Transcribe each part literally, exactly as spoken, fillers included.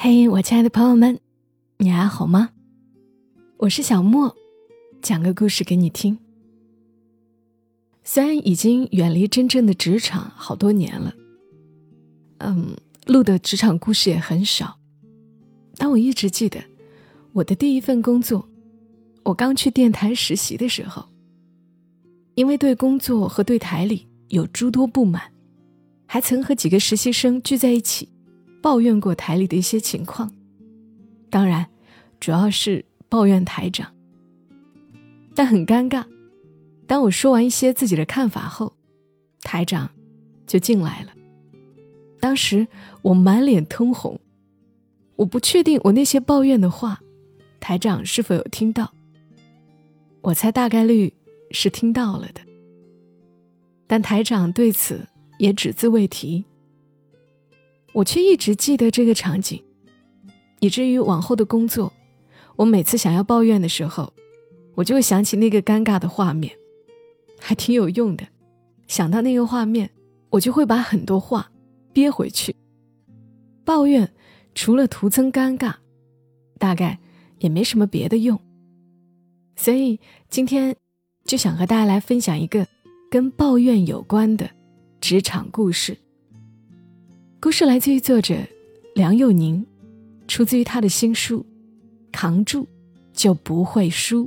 嘿，我亲爱的朋友们，你还好吗？我是小莫，讲个故事给你听。虽然已经远离真正的职场好多年了，嗯，录的职场故事也很少，但我一直记得我的第一份工作，我刚去电台实习的时候，因为对工作和对台里有诸多不满，还曾和几个实习生聚在一起抱怨过台里的一些情况，当然主要是抱怨台长。但很尴尬，当我说完一些自己的看法后，台长就进来了。当时我满脸通红，我不确定我那些抱怨的话台长是否有听到，我猜大概率是听到了的，但台长对此也只字未提。我却一直记得这个场景，以至于往后的工作，我每次想要抱怨的时候，我就会想起那个尴尬的画面，还挺有用的。想到那个画面，我就会把很多话憋回去。抱怨除了徒增尴尬，大概也没什么别的用。所以今天就想和大家来分享一个跟抱怨有关的职场故事。故事来自于作者梁佑宁，出自于他的新书《扛住就不会输》。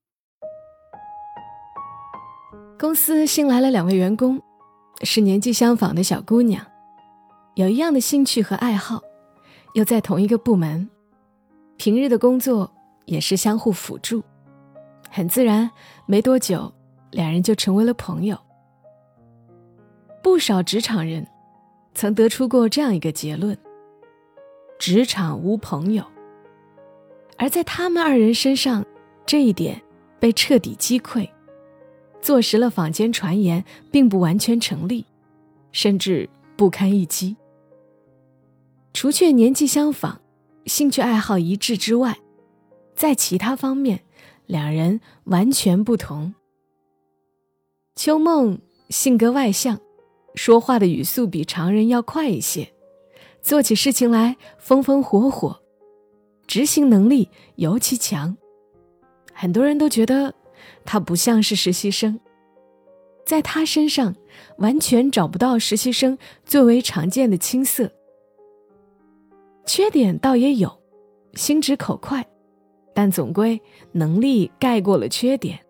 公司新来了两位员工，是年纪相仿的小姑娘，有一样的兴趣和爱好，又在同一个部门，平日的工作也是相互辅助，很自然，没多久两人就成为了朋友。不少职场人曾得出过这样一个结论：职场无朋友。而在他们二人身上，这一点被彻底击溃，坐实了坊间传言并不完全成立，甚至不堪一击。除却年纪相仿、兴趣爱好一致之外，在其他方面两人完全不同。秋梦性格外向，说话的语速比常人要快一些，做起事情来风风火火，执行能力尤其强。很多人都觉得他不像是实习生，在他身上完全找不到实习生最为常见的青涩。缺点倒也有，心直口快，但总归能力盖过了缺点。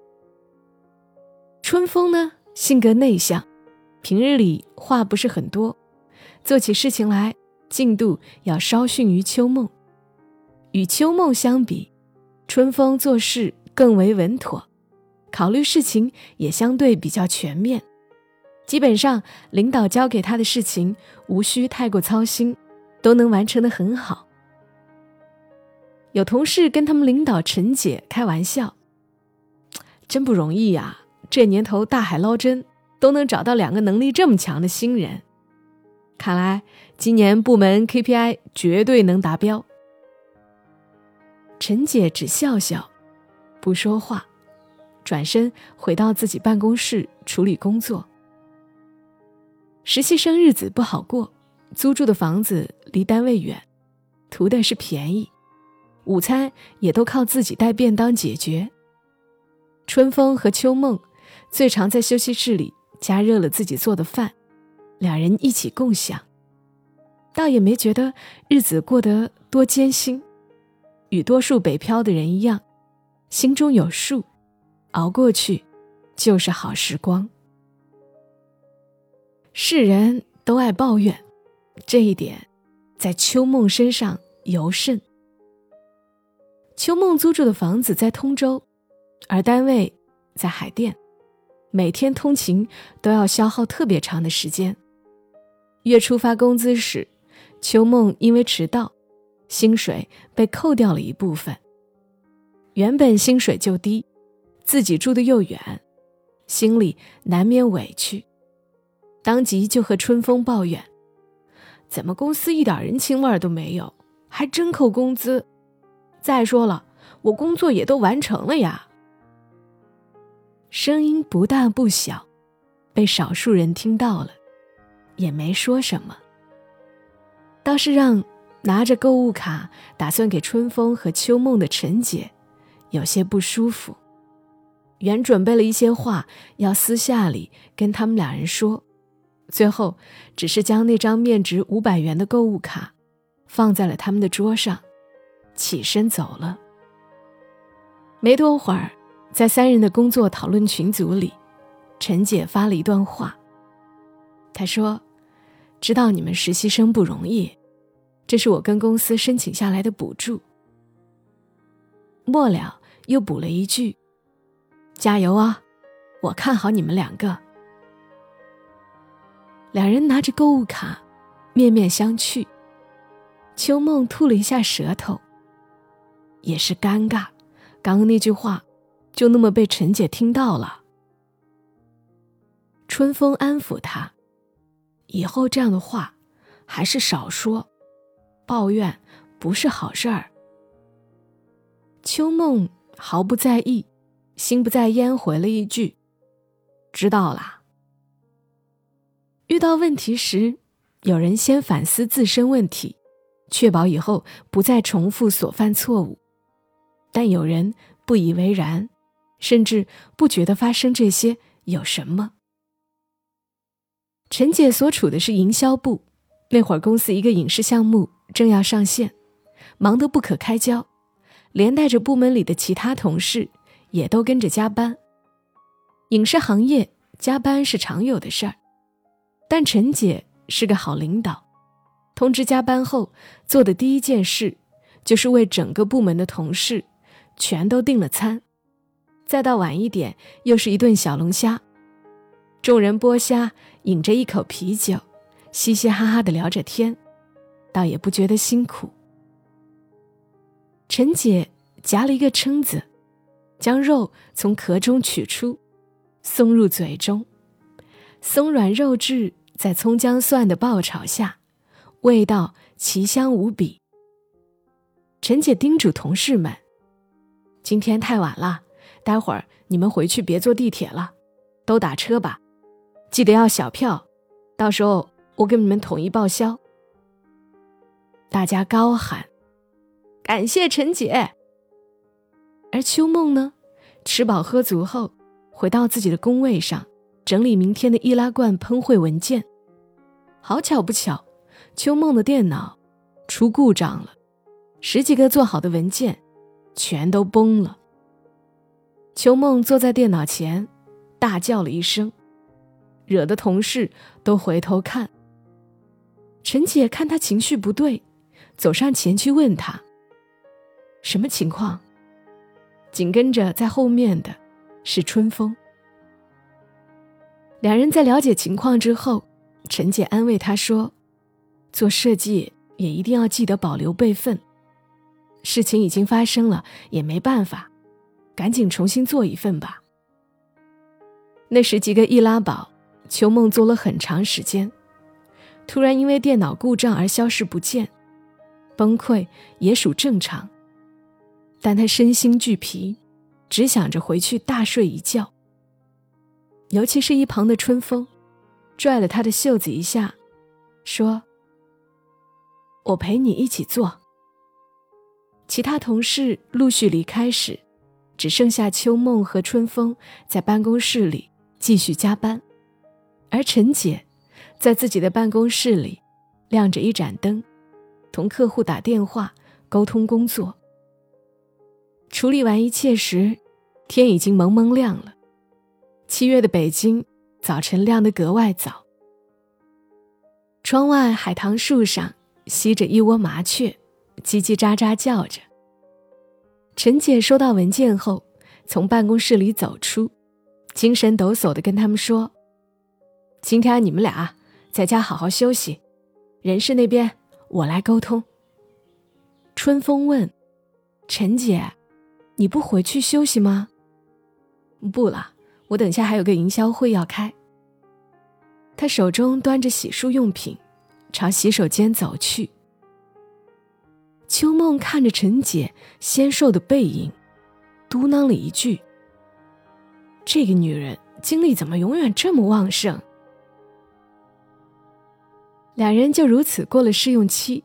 春风呢，性格内向，平日里话不是很多，做起事情来进度要稍逊于秋梦。与秋梦相比，春风做事更为稳妥，考虑事情也相对比较全面，基本上领导交给他的事情无需太过操心，都能完成得很好。有同事跟他们领导陈姐开玩笑，真不容易呀，这年头大海捞针都能找到两个能力这么强的新人，看来今年部门 K P I 绝对能达标。陈姐只笑笑不说话，转身回到自己办公室处理工作。实习生日子不好过，租住的房子离单位远，图的是便宜，午餐也都靠自己带便当解决。春风和秋梦最常在休息室里加热了自己做的饭，两人一起共享，倒也没觉得日子过得多艰辛。与多数北漂的人一样，心中有数，熬过去就是好时光。世人都爱抱怨，这一点在秋梦身上尤甚。秋梦租住的房子在通州，而单位在海淀，每天通勤都要消耗特别长的时间。月初发工资时，秋梦因为迟到，薪水被扣掉了一部分。原本薪水就低，自己住得又远，心里难免委屈，当即就和春风抱怨，怎么公司一点人情味都没有，还真扣工资，再说了，我工作也都完成了呀。声音不大不小，被少数人听到了，也没说什么，倒是让拿着购物卡打算给春风和秋梦的陈姐有些不舒服，原准备了一些话要私下里跟他们俩人说，最后只是将那张面值五百元的购物卡放在了他们的桌上，起身走了。没多会儿，在三人的工作讨论群组里，陈姐发了一段话。她说，知道你们实习生不容易，这是我跟公司申请下来的补助。末了又补了一句，加油啊，我看好你们两个。两人拿着购物卡面面相觑，秋梦吐了一下舌头，也是尴尬，刚刚那句话就那么被陈姐听到了。春风安抚她，以后这样的话还是少说，抱怨不是好事儿。秋梦毫不在意，心不在焉回了一句，知道啦。遇到问题时，有人先反思自身问题，确保以后不再重复所犯错误，但有人不以为然，甚至不觉得发生这些有什么。陈姐所处的是营销部，那会儿公司一个影视项目正要上线，忙得不可开交，连带着部门里的其他同事也都跟着加班。影视行业加班是常有的事儿，但陈姐是个好领导，通知加班后做的第一件事就是为整个部门的同事全都订了餐，再到晚一点又是一顿小龙虾。众人剥虾，饮着一口啤酒，嘻嘻哈哈地聊着天，倒也不觉得辛苦。陈姐夹了一个蛏子，将肉从壳中取出，送入嘴中，松软肉质在葱姜蒜的爆炒下，味道奇香无比。陈姐叮嘱同事们，今天太晚了，待会儿你们回去别坐地铁了，都打车吧，记得要小票，到时候我给你们统一报销。大家高喊，感谢陈姐。而秋梦呢，吃饱喝足后回到自己的工位上，整理明天的易拉罐喷绘文件。好巧不巧，秋梦的电脑出故障了，十几个做好的文件全都崩了。秋梦坐在电脑前大叫了一声，惹得同事都回头看。陈姐看他情绪不对，走上前去问他什么情况。紧跟着在后面的是春风。两人在了解情况之后，陈姐安慰他说，做设计也一定要记得保留备份，事情已经发生了也没办法，赶紧重新做一份吧。那十几个易拉宝，秋梦做了很长时间，突然因为电脑故障而消失不见，崩溃也属正常，但他身心俱疲，只想着回去大睡一觉。尤其是一旁的春风拽了他的袖子一下，说，我陪你一起做。其他同事陆续离开时，只剩下秋梦和春风在办公室里继续加班，而陈姐在自己的办公室里亮着一盏灯，同客户打电话沟通工作。处理完一切时，天已经蒙蒙亮了。七月的北京早晨亮得格外早。窗外海棠树上吸着一窝麻雀，叽叽喳喳叫着。陈姐收到文件后，从办公室里走出，精神抖擞地跟他们说，今天你们俩在家好好休息，人事那边我来沟通。春风问，陈姐，你不回去休息吗？不了，我等下还有个营销会要开。他手中端着洗漱用品，朝洗手间走去。秋梦看着陈姐纤瘦的背影，嘟囔了一句，这个女人精力怎么永远这么旺盛。两人就如此过了试用期，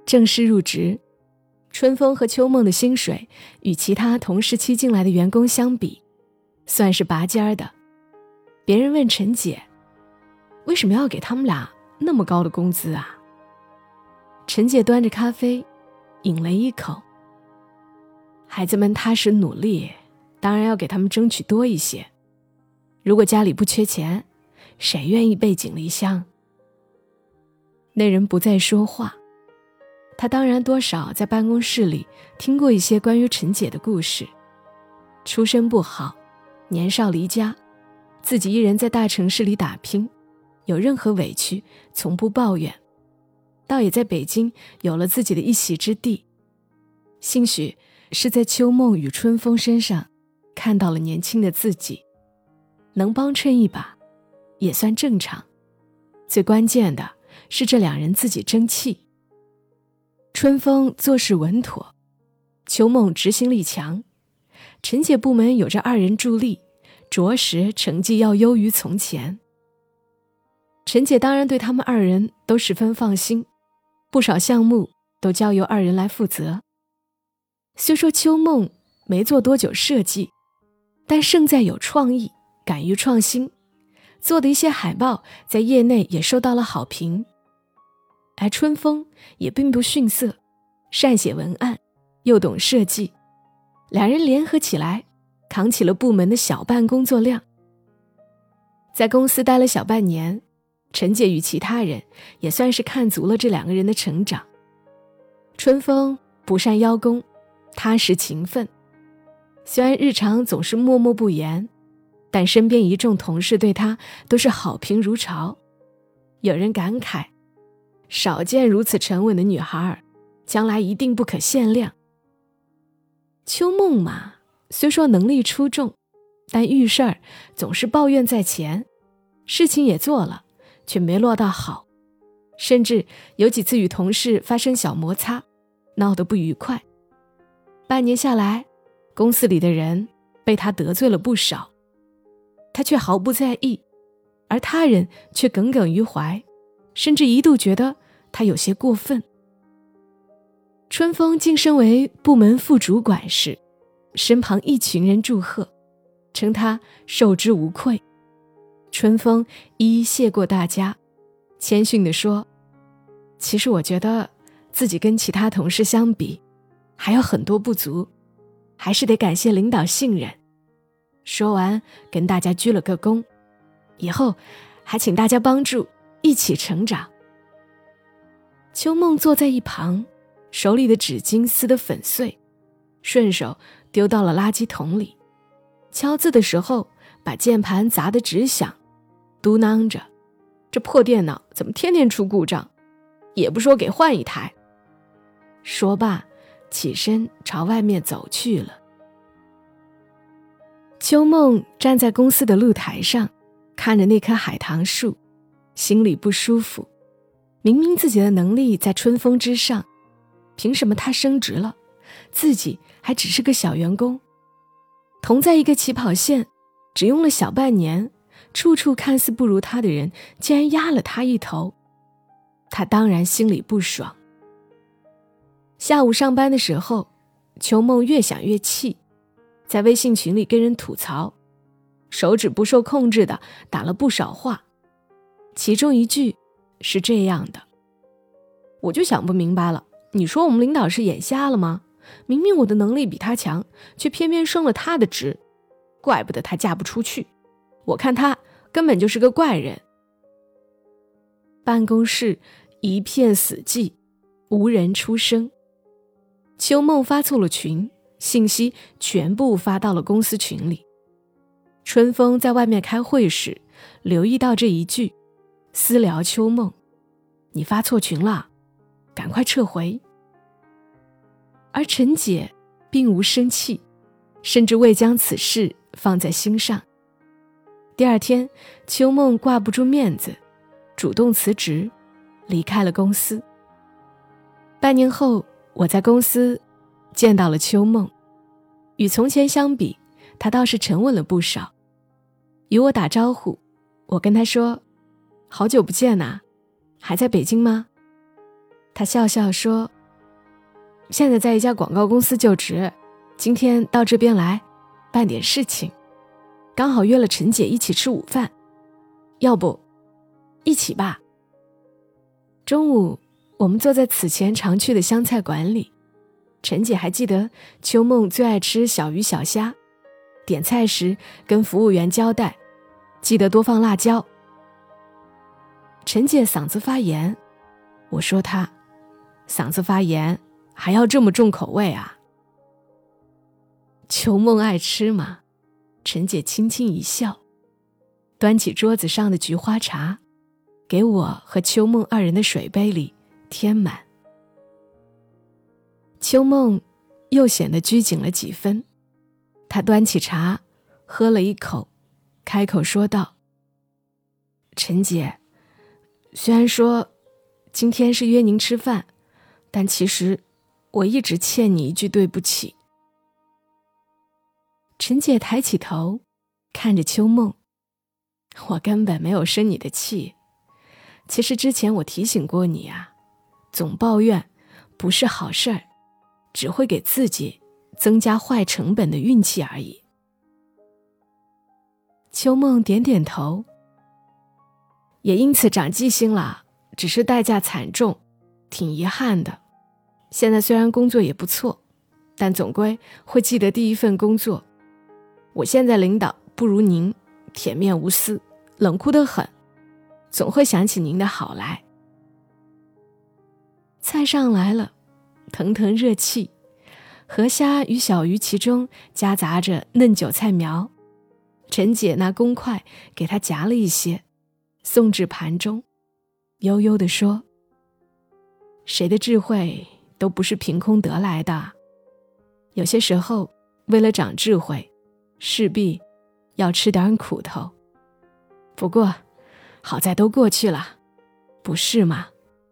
正式入职，春风和秋梦的薪水与其他同时期进来的员工相比，算是拔尖儿的。别人问陈姐，为什么要给他们俩那么高的工资啊？陈姐端着咖啡，饮了一口。孩子们踏实努力，当然要给他们争取多一些。如果家里不缺钱，谁愿意背井离乡？那人不再说话。他当然多少在办公室里听过一些关于陈姐的故事。出身不好，年少离家，自己一人在大城市里打拼，有任何委屈从不抱怨，倒也在北京有了自己的一席之地。兴许是在秋梦与春风身上看到了年轻的自己，能帮衬一把也算正常。最关键的是这两人自己争气。春风做事稳妥，秋梦执行力强，陈姐部门有着二人助力，着实成绩要优于从前。陈姐当然对他们二人都十分放心，不少项目都交由二人来负责。虽说秋梦没做多久设计，但胜在有创意，敢于创新，做的一些海报在业内也受到了好评。而春风也并不逊色，善写文案，又懂设计，两人联合起来，扛起了部门的小办工作量。在公司待了小半年，陈姐与其他人也算是看足了这两个人的成长。春风不善邀功，踏实勤奋，虽然日常总是默默不言，但身边一众同事对他都是好评如潮。有人感慨，少见如此沉稳的女孩，将来一定不可限量。秋梦嘛，虽说能力出众，但遇事儿总是抱怨在前，事情也做了，却没落到好，甚至有几次与同事发生小摩擦，闹得不愉快。半年下来，公司里的人被他得罪了不少，他却毫不在意，而他人却耿耿于怀，甚至一度觉得他有些过分。春风晋升为部门副主管时，身旁一群人祝贺，称他受之无愧。春风一一谢过大家，谦逊地说，其实我觉得自己跟其他同事相比还有很多不足，还是得感谢领导信任。说完跟大家鞠了个躬，以后还请大家帮助一起成长。秋梦坐在一旁，手里的纸巾撕得粉碎，顺手丢到了垃圾桶里，敲字的时候把键盘砸得直响，嘟囔着，这破电脑怎么天天出故障，也不说给换一台。说罢起身朝外面走去了。秋梦站在公司的露台上，看着那棵海棠树，心里不舒服。明明自己的能力在春风之上，凭什么他升职了，自己还只是个小员工？同在一个起跑线，只用了小半年，处处看似不如他的人竟然压了他一头，他当然心里不爽。下午上班的时候，秋梦越想越气，在微信群里跟人吐槽，手指不受控制的打了不少话，其中一句是这样的，我就想不明白了，你说我们领导是眼瞎了吗？明明我的能力比他强，却偏偏升了他的职，怪不得他嫁不出去，我看他根本就是个怪人。办公室一片死寂，无人出声。秋梦发错了群，信息全部发到了公司群里。春风在外面开会时留意到这一句，私聊秋梦，你发错群了，赶快撤回。而陈姐并无生气，甚至未将此事放在心上。第二天，秋梦挂不住面子，主动辞职，离开了公司。半年后，我在公司见到了秋梦，与从前相比，她倒是沉稳了不少。与我打招呼，我跟她说，好久不见啊，还在北京吗？她笑笑说， 现在在一家广告公司就职，今天到这边来办点事情，刚好约了陈姐一起吃午饭，要不一起吧。中午我们坐在此前常去的湘菜馆里，陈姐还记得秋梦最爱吃小鱼小虾，点菜时跟服务员交代记得多放辣椒。陈姐嗓子发炎，我说她嗓子发炎还要这么重口味啊？秋梦爱吃嘛，陈姐轻轻一笑，端起桌子上的菊花茶，给我和秋梦二人的水杯里添满。秋梦又显得拘谨了几分，她端起茶喝了一口，开口说道：陈姐，虽然说今天是约您吃饭，但其实我一直欠你一句对不起。陈姐抬起头看着秋梦，我根本没有生你的气。其实之前我提醒过你啊，总抱怨不是好事儿，只会给自己增加坏成本的运气而已。秋梦点点头，也因此长记性了，只是代价惨重，挺遗憾的。现在虽然工作也不错，但总归会记得第一份工作。我现在领导不如您铁面无私，冷酷得很，总会想起您的好来。菜上来了，腾腾热气，河虾与小鱼其中夹杂着嫩韭菜苗。陈姐拿公筷给他夹了一些，送至盘中，悠悠地说：谁的智慧都不是凭空得来的，有些时候为了长智慧，势必要吃点苦头。不过好在都过去了，不是吗？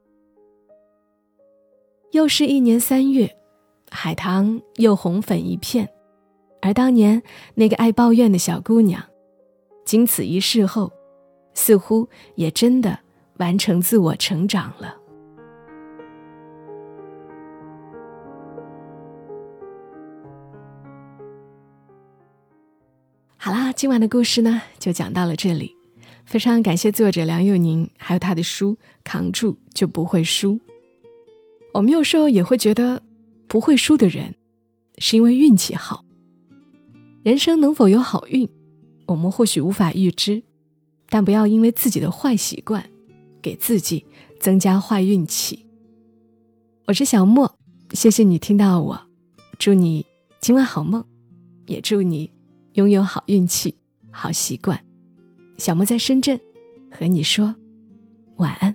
又是一年三月，海棠又红粉一片，而当年那个爱抱怨的小姑娘，经此一事后，似乎也真的完成自我成长了。好啦，今晚的故事呢就讲到了这里，非常感谢作者梁又宁，还有他的书《扛住就不会输》。我们有时候也会觉得不会输的人是因为运气好，人生能否有好运，我们或许无法预知，但不要因为自己的坏习惯给自己增加坏运气。我是小莫，谢谢你听到我，祝你今晚好梦，也祝你拥有好运气、好习惯。小莫在深圳和你说晚安。